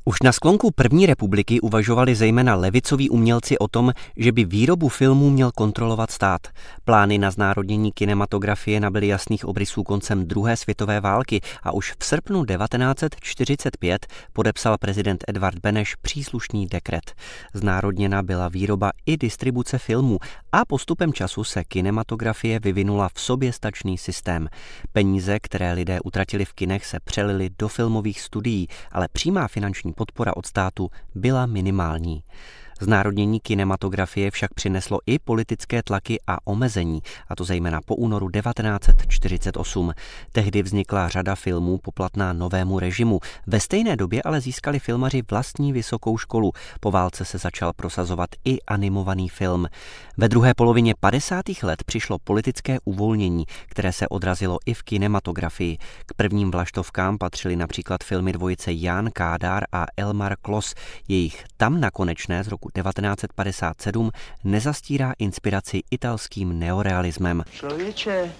Už na sklonku první republiky uvažovali zejména levicoví umělci o tom, že by výrobu filmů měl kontrolovat stát. Plány na znárodnění kinematografie nabyly jasných obrysů koncem druhé světové války a už v srpnu 1945 podepsal prezident Edvard Beneš příslušný dekret. Znárodněna byla výroba i distribuce filmů a postupem času se kinematografie vyvinula v soběstačný systém. Peníze, které lidé utratili v kinech, se přelily do filmových studií, ale přímá finanční podpora od státu byla minimální. Znárodnění kinematografie však přineslo i politické tlaky a omezení, a to zejména po únoru 1948. Tehdy vznikla řada filmů poplatná novému režimu. Ve stejné době ale získali filmaři vlastní vysokou školu. Po válce se začal prosazovat i animovaný film. Ve druhé polovině 50. let přišlo politické uvolnění, které se odrazilo i v kinematografii. K prvním vlaštovkám patřily například filmy dvojice Jan Kádár a Elmar Klos. Jejich Tam na konečné z roku 1957 nezastírá inspiraci italským neorealismem. Člověče,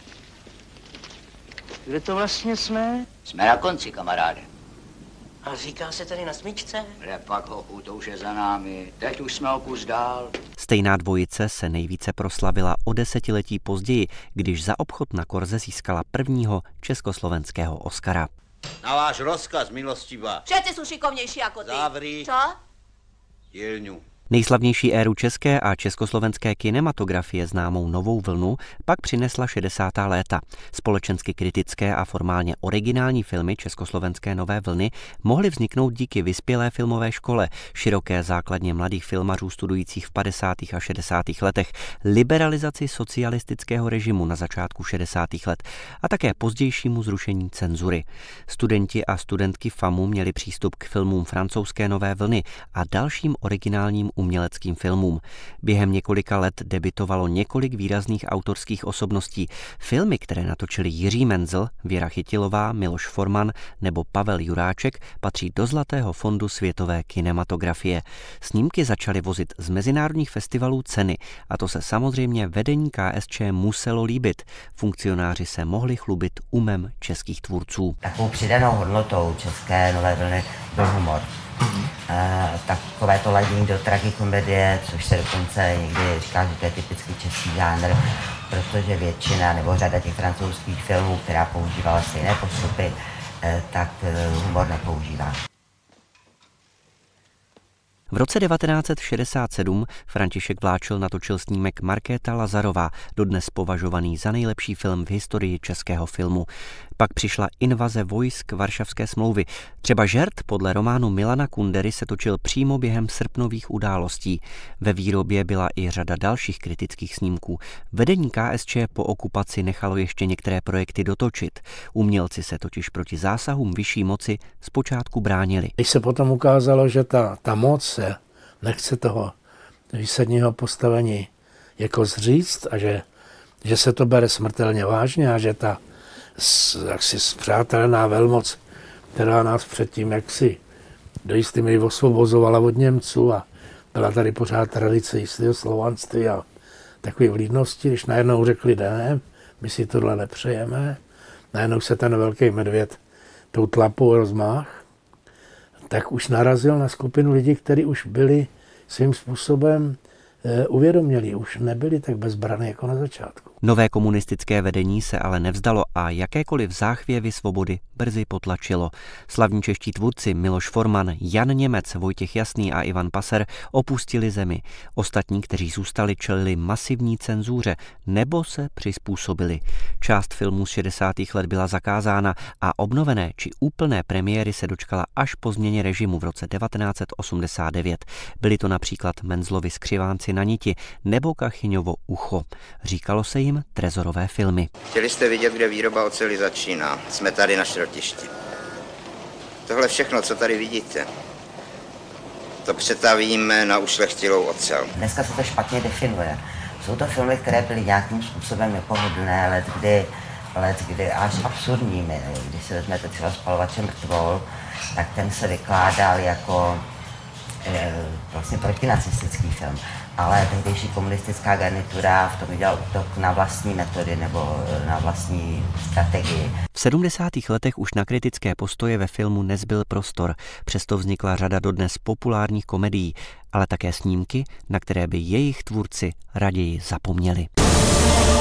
kde to vlastně jsme? Jsme na konci, kamaráde. A říká se tady na smyčce? Repak, hochu, to už je za námi. Teď už jsme o kus dál. Stejná dvojice se nejvíce proslavila o desetiletí později, když za Obchod na Korze získala prvního československého Oscara. Na váš rozkaz, milostiva. Všetci jsou šikovnější jako ty. Zavři. Co? Dílňu. Nejslavnější éru české a československé kinematografie známou Novou vlnu pak přinesla 60. léta. Společensky kritické a formálně originální filmy československé Nové vlny mohly vzniknout díky vyspělé filmové škole, široké základně mladých filmařů studujících v 50. a 60. letech, liberalizaci socialistického režimu na začátku 60. let a také pozdějšímu zrušení cenzury. Studenti a studentky FAMu měli přístup k filmům francouzské Nové vlny a dalším originálním uměleckým filmům. Během několika let debutovalo několik výrazných autorských osobností. Filmy, které natočili Jiří Menzel, Věra Chytilová, Miloš Forman nebo Pavel Juráček, patří do Zlatého fondu světové kinematografie. Snímky začaly vozit z mezinárodních festivalů ceny a to se samozřejmě vedení KSČ muselo líbit. Funkcionáři se mohli chlubit umem českých tvůrců. Takovou přidanou hodnotou české Nové vlny byl humor. Takové to ladění do tragikomedie, což se dokonce někdy říká, že to je typický český žánr, protože většina nebo řada těch francouzských filmů, která používala stejné postupy, tak humor nepoužívá. V roce 1967 František Vláčil natočil snímek Markéta Lazarová, dodnes považovaný za nejlepší film v historii českého filmu. Pak přišla invaze vojsk Varšavské smlouvy. Třeba Žert podle románu Milana Kundery se točil přímo během srpnových událostí. Ve výrobě byla i řada dalších kritických snímků. Vedení KSČ po okupaci nechalo ještě některé projekty dotočit. Umělci se totiž proti zásahům vyšší moci zpočátku bránili. Když se potom ukázalo, že ta moc se nechce toho výsadního postavení jako zříct a že se to bere smrtelně vážně a že ta jaksi spřátelená velmoc, která nás předtím jaksi do jisté míry osvobozovala od Němců a byla tady pořád tradice jistého slovanství a takové vlídnosti, když najednou řekli ne, my si tohle nepřejeme, najednou se ten velký medvěd tou tlapou rozmáh, tak už narazil na skupinu lidí, kteří už byli svým způsobem uvědomělí, už nebyli tak bezbraní jako na začátku. Nové komunistické vedení se ale nevzdalo a jakékoliv záchvěvy svobody brzy potlačilo. Slavní čeští tvůrci Miloš Forman, Jan Němec, Vojtěch Jasný a Ivan Paser opustili zemi. Ostatní, kteří zůstali, čelili masivní cenzuře nebo se přizpůsobili. Část filmů z 60. let byla zakázána a obnovené či úplné premiéry se dočkala až po změně režimu v roce 1989. Byly to například Menzlovy Skřivánci na niti nebo Kachyňovo Ucho. Říkalo se jim trezorové filmy. Chtěli jste vidět, kde výroba oceli začíná. Jsme tady na šrotišti. Tohle všechno, co tady vidíte, to přetavíme na ušlechtilou ocel. Dneska se to špatně definuje. Jsou to filmy, které byly nějakým způsobem nepohodlné, letkdy až absurdními. Když se vezmete třeba Spalovače mrtvol, tak ten se vykládal jako vlastně protinacistický film, ale tehdejší komunistická garnitura v tom udělala útok na vlastní metody nebo na vlastní strategii. V 70. letech už na kritické postoje ve filmu nezbyl prostor, přesto vznikla řada dodnes populárních komedií, ale také snímky, na které by jejich tvůrci raději zapomněli.